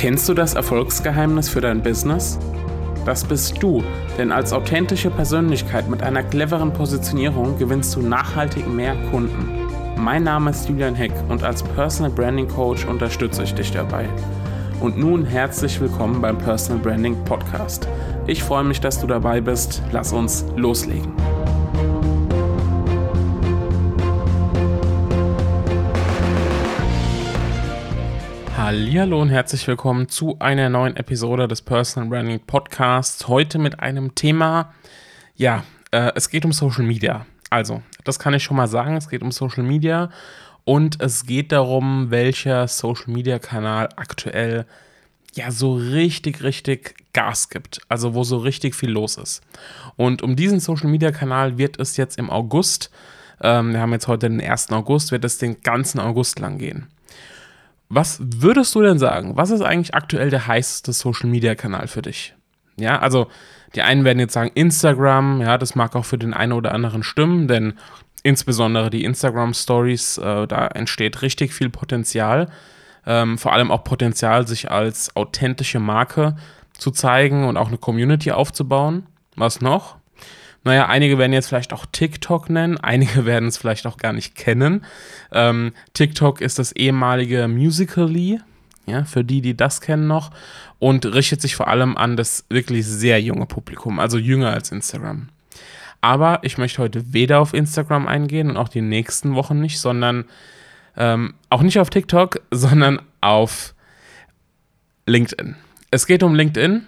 Kennst du das Erfolgsgeheimnis für dein Business? Das bist du, denn als authentische Persönlichkeit mit einer cleveren Positionierung gewinnst du nachhaltig mehr Kunden. Mein Name ist Julian Heck und als Personal Branding Coach unterstütze ich dich dabei. Und nun herzlich willkommen beim Personal Branding Podcast. Ich freue mich, dass du dabei bist. Lass uns loslegen. Hallihallo und herzlich willkommen zu einer neuen Episode des Personal Branding Podcasts. Heute mit einem Thema, es geht um Social Media. Also, das kann ich schon mal sagen, es geht um Social Media und es geht darum, welcher Social Media Kanal aktuell so richtig Gas gibt. Also, wo so richtig viel los ist. Und um diesen Social Media Kanal wird es jetzt im August, wir haben jetzt heute den 1. August, wird es den ganzen August lang gehen. Was würdest du denn sagen? Was ist eigentlich aktuell der heißeste Social-Media-Kanal für dich? Ja, also die einen werden jetzt sagen Instagram, ja, das mag auch für den einen oder anderen stimmen, denn insbesondere die Instagram-Stories, da entsteht richtig viel Potenzial, vor allem auch Potenzial, sich als authentische Marke zu zeigen und auch eine Community aufzubauen. Was noch? Naja, einige werden jetzt vielleicht auch TikTok nennen, einige werden es vielleicht auch gar nicht kennen. TikTok ist das ehemalige Musical.ly, ja, für die das kennen noch, und richtet sich vor allem an das wirklich sehr junge Publikum, also jünger als Instagram. Aber ich möchte heute weder auf Instagram eingehen und auch die nächsten Wochen nicht, sondern auch nicht auf TikTok, sondern auf LinkedIn. Es geht um LinkedIn.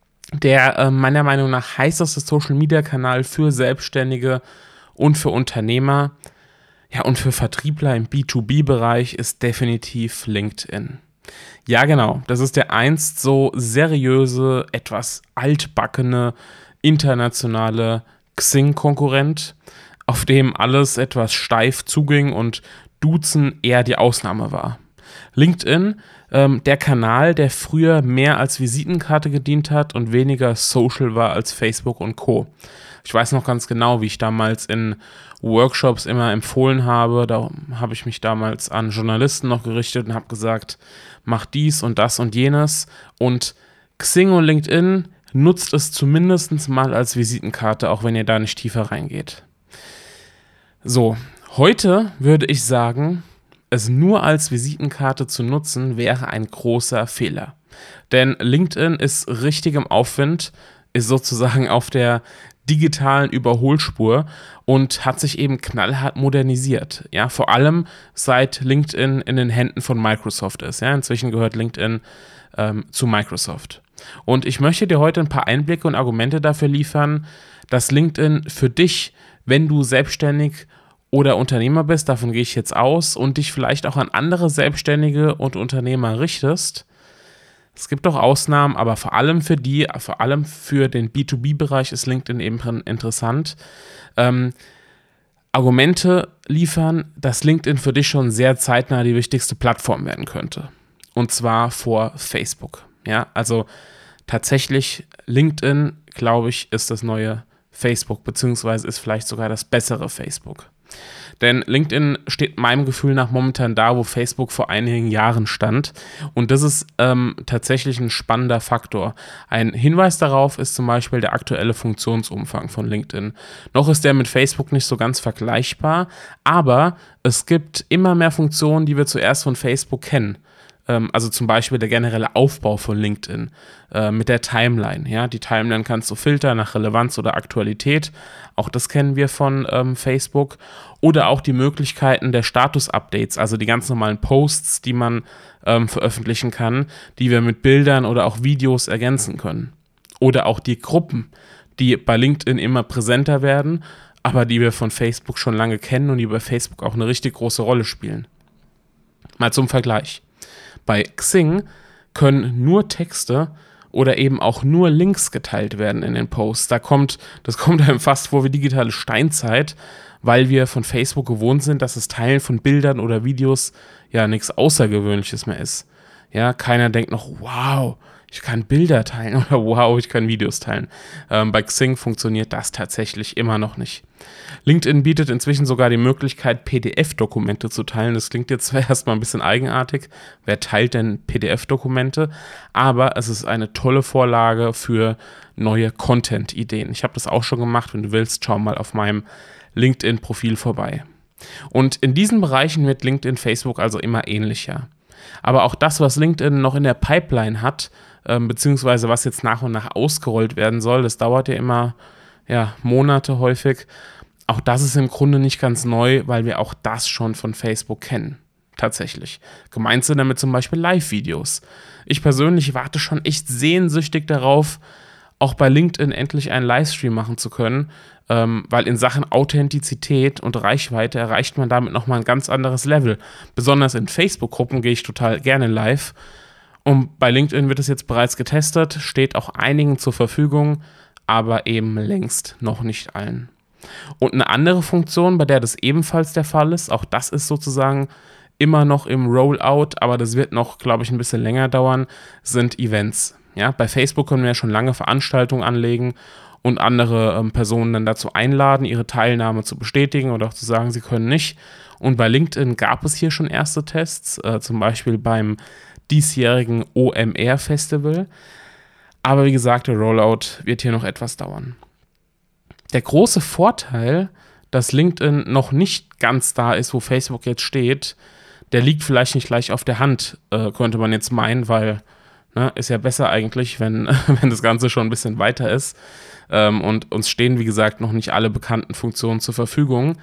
Der meiner Meinung nach heißeste Social-Media-Kanal für Selbstständige und für Unternehmer, ja, und für Vertriebler im B2B-Bereich ist definitiv LinkedIn. Ja, genau, das ist der einst so seriöse, etwas altbackene, internationale Xing-Konkurrent, auf dem alles etwas steif zuging und Duzen eher die Ausnahme war. LinkedIn, der Kanal, der früher mehr als Visitenkarte gedient hat und weniger social war als Facebook und Co. Ich weiß noch ganz genau, wie ich damals in Workshops immer empfohlen habe, da habe ich mich damals an Journalisten noch gerichtet und habe gesagt, mach dies und das und jenes, und Xing und LinkedIn nutzt es zumindest mal als Visitenkarte, auch wenn ihr da nicht tiefer reingeht. So, heute würde ich sagen, es nur als Visitenkarte zu nutzen, wäre ein großer Fehler. Denn LinkedIn ist richtig im Aufwind, ist sozusagen auf der digitalen Überholspur und hat sich eben knallhart modernisiert. Ja, vor allem seit LinkedIn in den Händen von Microsoft ist. Ja, inzwischen gehört LinkedIn zu Microsoft. Und ich möchte dir heute ein paar Einblicke und Argumente dafür liefern, dass LinkedIn für dich, wenn du selbstständig oder Unternehmer bist, davon gehe ich jetzt aus, und dich vielleicht auch an andere Selbstständige und Unternehmer richtest. Es gibt auch Ausnahmen, aber vor allem für den B2B-Bereich ist LinkedIn eben interessant. Argumente liefern, dass LinkedIn für dich schon sehr zeitnah die wichtigste Plattform werden könnte. Und zwar vor Facebook. Ja, also tatsächlich LinkedIn, glaube ich, ist das neue Facebook, beziehungsweise ist vielleicht sogar das bessere Facebook. Denn LinkedIn steht meinem Gefühl nach momentan da, wo Facebook vor einigen Jahren stand. Und das ist tatsächlich ein spannender Faktor. Ein Hinweis darauf ist zum Beispiel der aktuelle Funktionsumfang von LinkedIn. Noch ist der mit Facebook nicht so ganz vergleichbar, aber es gibt immer mehr Funktionen, die wir zuerst von Facebook kennen. Also zum Beispiel der generelle Aufbau von LinkedIn mit der Timeline. Ja? Die Timeline kannst du filtern nach Relevanz oder Aktualität. Auch das kennen wir von Facebook. Oder auch die Möglichkeiten der Status-Updates, also die ganz normalen Posts, die man veröffentlichen kann, die wir mit Bildern oder auch Videos ergänzen können. Oder auch die Gruppen, die bei LinkedIn immer präsenter werden, aber die wir von Facebook schon lange kennen und die bei Facebook auch eine richtig große Rolle spielen. Mal zum Vergleich. Bei Xing können nur Texte oder eben auch nur Links geteilt werden in den Posts. Das kommt einem fast vor wie digitale Steinzeit, weil wir von Facebook gewohnt sind, dass das Teilen von Bildern oder Videos ja nichts Außergewöhnliches mehr ist. Ja, keiner denkt noch, wow, ich kann Bilder teilen oder wow, ich kann Videos teilen. Bei Xing funktioniert das tatsächlich immer noch nicht. LinkedIn bietet inzwischen sogar die Möglichkeit, PDF-Dokumente zu teilen. Das klingt jetzt zwar erstmal ein bisschen eigenartig. Wer teilt denn PDF-Dokumente? Aber es ist eine tolle Vorlage für neue Content-Ideen. Ich habe das auch schon gemacht. Wenn du willst, schau mal auf meinem LinkedIn-Profil vorbei. Und in diesen Bereichen wird LinkedIn, Facebook also immer ähnlicher. Aber auch das, was LinkedIn noch in der Pipeline hat, beziehungsweise was jetzt nach und nach ausgerollt werden soll, das dauert ja immer Monate häufig. Auch das ist im Grunde nicht ganz neu, weil wir auch das schon von Facebook kennen. Tatsächlich. Gemeint sind damit zum Beispiel Live-Videos. Ich persönlich warte schon echt sehnsüchtig darauf, auch bei LinkedIn endlich einen Livestream machen zu können, weil in Sachen Authentizität und Reichweite erreicht man damit nochmal ein ganz anderes Level. Besonders in Facebook-Gruppen gehe ich total gerne live. Und bei LinkedIn wird es jetzt bereits getestet, steht auch einigen zur Verfügung, aber eben längst noch nicht allen. Und eine andere Funktion, bei der das ebenfalls der Fall ist, auch das ist sozusagen immer noch im Rollout, aber das wird noch, glaube ich, ein bisschen länger dauern, sind Events. Ja, bei Facebook können wir ja schon lange Veranstaltungen anlegen und andere Personen dann dazu einladen, ihre Teilnahme zu bestätigen oder auch zu sagen, sie können nicht. Und bei LinkedIn gab es hier schon erste Tests, zum Beispiel beim diesjährigen OMR-Festival. Aber wie gesagt, der Rollout wird hier noch etwas dauern. Der große Vorteil, dass LinkedIn noch nicht ganz da ist, wo Facebook jetzt steht, der liegt vielleicht nicht gleich auf der Hand, könnte man jetzt meinen, weil ist ja besser eigentlich, wenn das Ganze schon ein bisschen weiter ist. Und uns stehen, wie gesagt, noch nicht alle bekannten Funktionen zur Verfügung.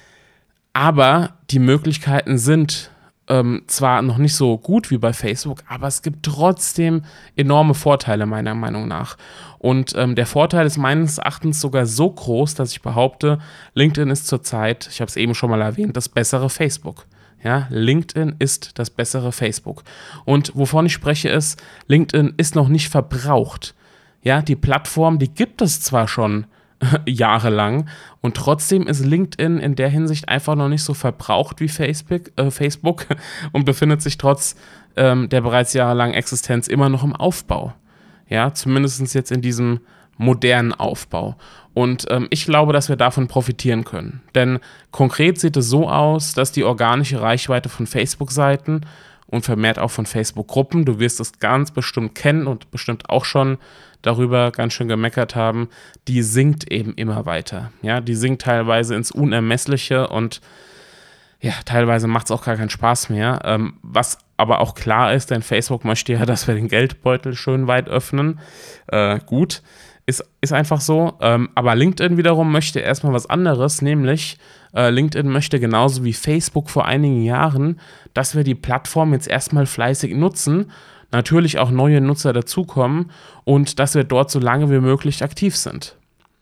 Aber die Möglichkeiten sind zwar noch nicht so gut wie bei Facebook, aber es gibt trotzdem enorme Vorteile meiner Meinung nach. Und der Vorteil ist meines Erachtens sogar so groß, dass ich behaupte, LinkedIn ist zurzeit, ich habe es eben schon mal erwähnt, das bessere Facebook. Ja, LinkedIn ist das bessere Facebook. Und wovon ich spreche ist, LinkedIn ist noch nicht verbraucht. Ja, die Plattform, die gibt es zwar schon jahrelang und trotzdem ist LinkedIn in der Hinsicht einfach noch nicht so verbraucht wie Facebook und befindet sich trotz der bereits jahrelangen Existenz immer noch im Aufbau. Ja, zumindest jetzt in diesem modernen Aufbau. Und ich glaube, dass wir davon profitieren können. Denn konkret sieht es so aus, dass die organische Reichweite von Facebook-Seiten und vermehrt auch von Facebook-Gruppen, du wirst es ganz bestimmt kennen und bestimmt auch schon darüber ganz schön gemeckert haben, die sinkt eben immer weiter. Ja, die sinkt teilweise ins Unermessliche und ja, teilweise macht es auch gar keinen Spaß mehr. Was aber auch klar ist, denn Facebook möchte ja, dass wir den Geldbeutel schön weit öffnen. Gut, ist einfach so. Aber LinkedIn wiederum möchte erstmal was anderes, nämlich LinkedIn möchte genauso wie Facebook vor einigen Jahren, dass wir die Plattform jetzt erstmal fleißig nutzen, natürlich auch neue Nutzer dazukommen und dass wir dort so lange wie möglich aktiv sind.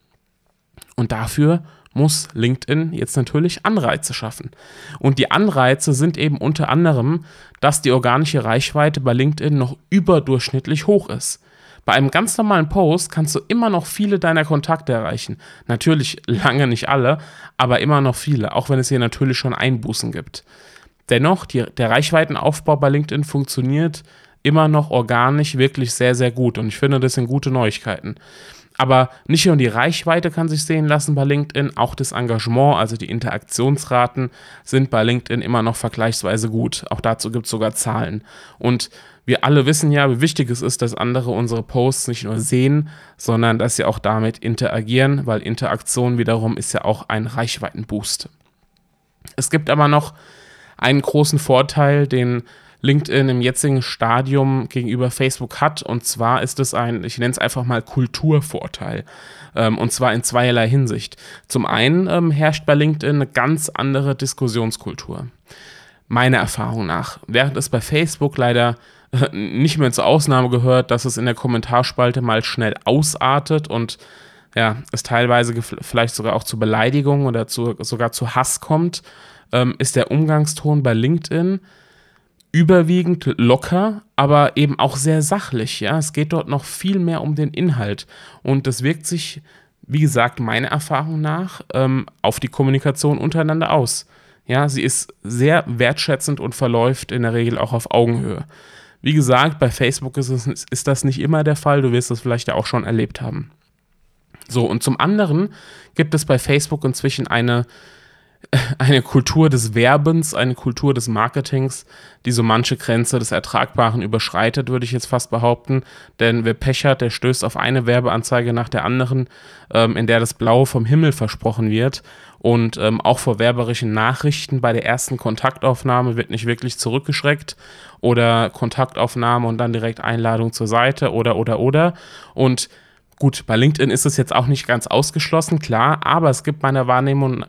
Und dafür muss LinkedIn jetzt natürlich Anreize schaffen. Und die Anreize sind eben unter anderem, dass die organische Reichweite bei LinkedIn noch überdurchschnittlich hoch ist. Bei einem ganz normalen Post kannst du immer noch viele deiner Kontakte erreichen. Natürlich lange nicht alle, aber immer noch viele, auch wenn es hier natürlich schon Einbußen gibt. Dennoch, der Reichweitenaufbau bei LinkedIn funktioniert immer noch organisch wirklich sehr, sehr gut. Und ich finde, das sind gute Neuigkeiten. Aber nicht nur die Reichweite kann sich sehen lassen bei LinkedIn, auch das Engagement, also die Interaktionsraten sind bei LinkedIn immer noch vergleichsweise gut. Auch dazu gibt es sogar Zahlen. Und wir alle wissen ja, wie wichtig es ist, dass andere unsere Posts nicht nur sehen, sondern dass sie auch damit interagieren, weil Interaktion wiederum ist ja auch ein Reichweitenboost. Es gibt aber noch einen großen Vorteil, den LinkedIn im jetzigen Stadium gegenüber Facebook hat, und zwar ist es ein, ich nenne es einfach mal Kulturvorteil, und zwar in zweierlei Hinsicht. Zum einen herrscht bei LinkedIn eine ganz andere Diskussionskultur, meiner Erfahrung nach. Während es bei Facebook leider nicht mehr zur Ausnahme gehört, dass es in der Kommentarspalte mal schnell ausartet und ja, es teilweise vielleicht sogar auch zu Beleidigungen oder sogar zu Hass kommt, ist der Umgangston bei LinkedIn überwiegend locker, aber eben auch sehr sachlich. Ja? Es geht dort noch viel mehr um den Inhalt und das wirkt sich, wie gesagt, meiner Erfahrung nach auf die Kommunikation untereinander aus. Ja, sie ist sehr wertschätzend und verläuft in der Regel auch auf Augenhöhe. Wie gesagt, bei Facebook ist das nicht immer der Fall. Du wirst das vielleicht ja auch schon erlebt haben. So, und zum anderen gibt es bei Facebook inzwischen eine Kultur des Werbens, eine Kultur des Marketings, die so manche Grenze des Ertragbaren überschreitet, würde ich jetzt fast behaupten. Denn wer Pech hat, der stößt auf eine Werbeanzeige nach der anderen, in der das Blaue vom Himmel versprochen wird. Und auch vor werberischen Nachrichten bei der ersten Kontaktaufnahme wird nicht wirklich zurückgeschreckt. Oder Kontaktaufnahme und dann direkt Einladung zur Seite oder. Und gut, bei LinkedIn ist es jetzt auch nicht ganz ausgeschlossen, klar, aber es gibt meiner Wahrnehmung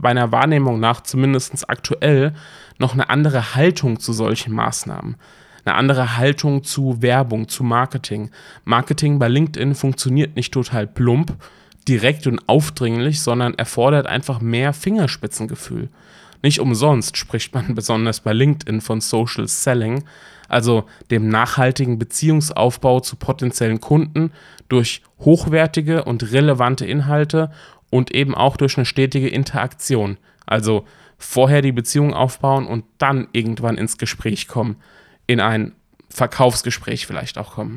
nach zumindest aktuell noch eine andere Haltung zu solchen Maßnahmen. Eine andere Haltung zu Werbung, zu Marketing. Marketing bei LinkedIn funktioniert nicht total plump, direkt und aufdringlich, sondern erfordert einfach mehr Fingerspitzengefühl. Nicht umsonst spricht man besonders bei LinkedIn von Social Selling, also dem nachhaltigen Beziehungsaufbau zu potenziellen Kunden durch hochwertige und relevante Inhalte und eben auch durch eine stetige Interaktion. Also vorher die Beziehung aufbauen und dann irgendwann ins Gespräch kommen, in ein Verkaufsgespräch vielleicht auch kommen.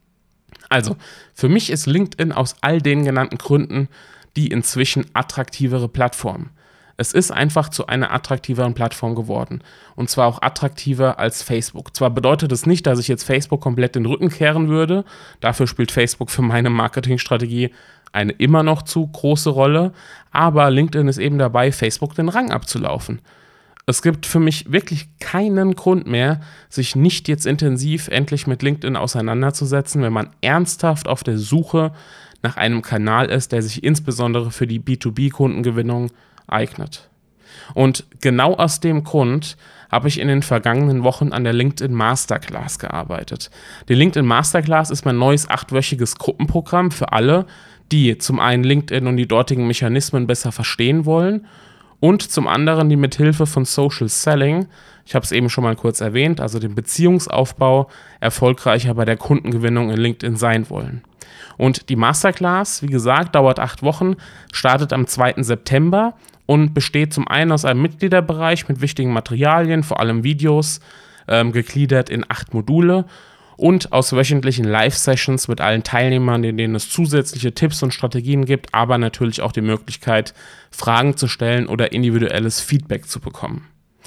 Also, für mich ist LinkedIn aus all den genannten Gründen die inzwischen attraktivere Plattform. Es ist einfach zu einer attraktiveren Plattform geworden. Und zwar auch attraktiver als Facebook. Zwar bedeutet es nicht, dass ich jetzt Facebook komplett den Rücken kehren würde. Dafür spielt Facebook für meine Marketingstrategie eine immer noch zu große Rolle. Aber LinkedIn ist eben dabei, Facebook den Rang abzulaufen. Es gibt für mich wirklich keinen Grund mehr, sich nicht jetzt intensiv endlich mit LinkedIn auseinanderzusetzen, wenn man ernsthaft auf der Suche nach einem Kanal ist, der sich insbesondere für die B2B-Kundengewinnung eignet. Und genau aus dem Grund habe ich in den vergangenen Wochen an der LinkedIn Masterclass gearbeitet. Die LinkedIn Masterclass ist mein neues 8-wöchiges Gruppenprogramm für alle, die zum einen LinkedIn und die dortigen Mechanismen besser verstehen wollen und zum anderen die mithilfe von Social Selling, ich habe es eben schon mal kurz erwähnt, also dem Beziehungsaufbau, erfolgreicher bei der Kundengewinnung in LinkedIn sein wollen. Und die Masterclass, wie gesagt, dauert 8 Wochen, startet am 2. September und besteht zum einen aus einem Mitgliederbereich mit wichtigen Materialien, vor allem Videos, gegliedert in 8 Module und aus wöchentlichen Live-Sessions mit allen Teilnehmern, in denen es zusätzliche Tipps und Strategien gibt, aber natürlich auch die Möglichkeit, Fragen zu stellen oder individuelles Feedback zu bekommen.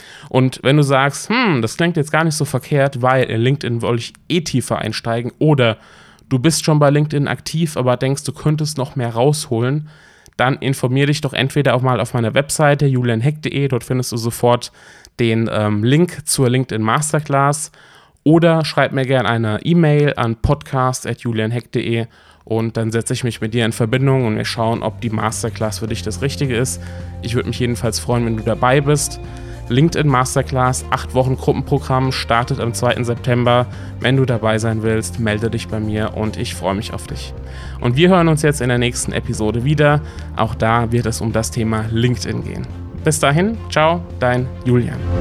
Und wenn du sagst, das klingt jetzt gar nicht so verkehrt, weil in LinkedIn wollte ich tiefer einsteigen oder du bist schon bei LinkedIn aktiv, aber denkst, du könntest noch mehr rausholen, dann informier dich doch entweder auch mal auf meiner Webseite julianheck.de, dort findest du sofort den Link zur LinkedIn Masterclass oder schreib mir gerne eine E-Mail an podcast@julianheck.de und dann setze ich mich mit dir in Verbindung und wir schauen, ob die Masterclass für dich das Richtige ist. Ich würde mich jedenfalls freuen, wenn du dabei bist. LinkedIn Masterclass, 8 Wochen Gruppenprogramm, startet am 2. September. Wenn du dabei sein willst, melde dich bei mir und ich freue mich auf dich. Und wir hören uns jetzt in der nächsten Episode wieder. Auch da wird es um das Thema LinkedIn gehen. Bis dahin, ciao, dein Julian.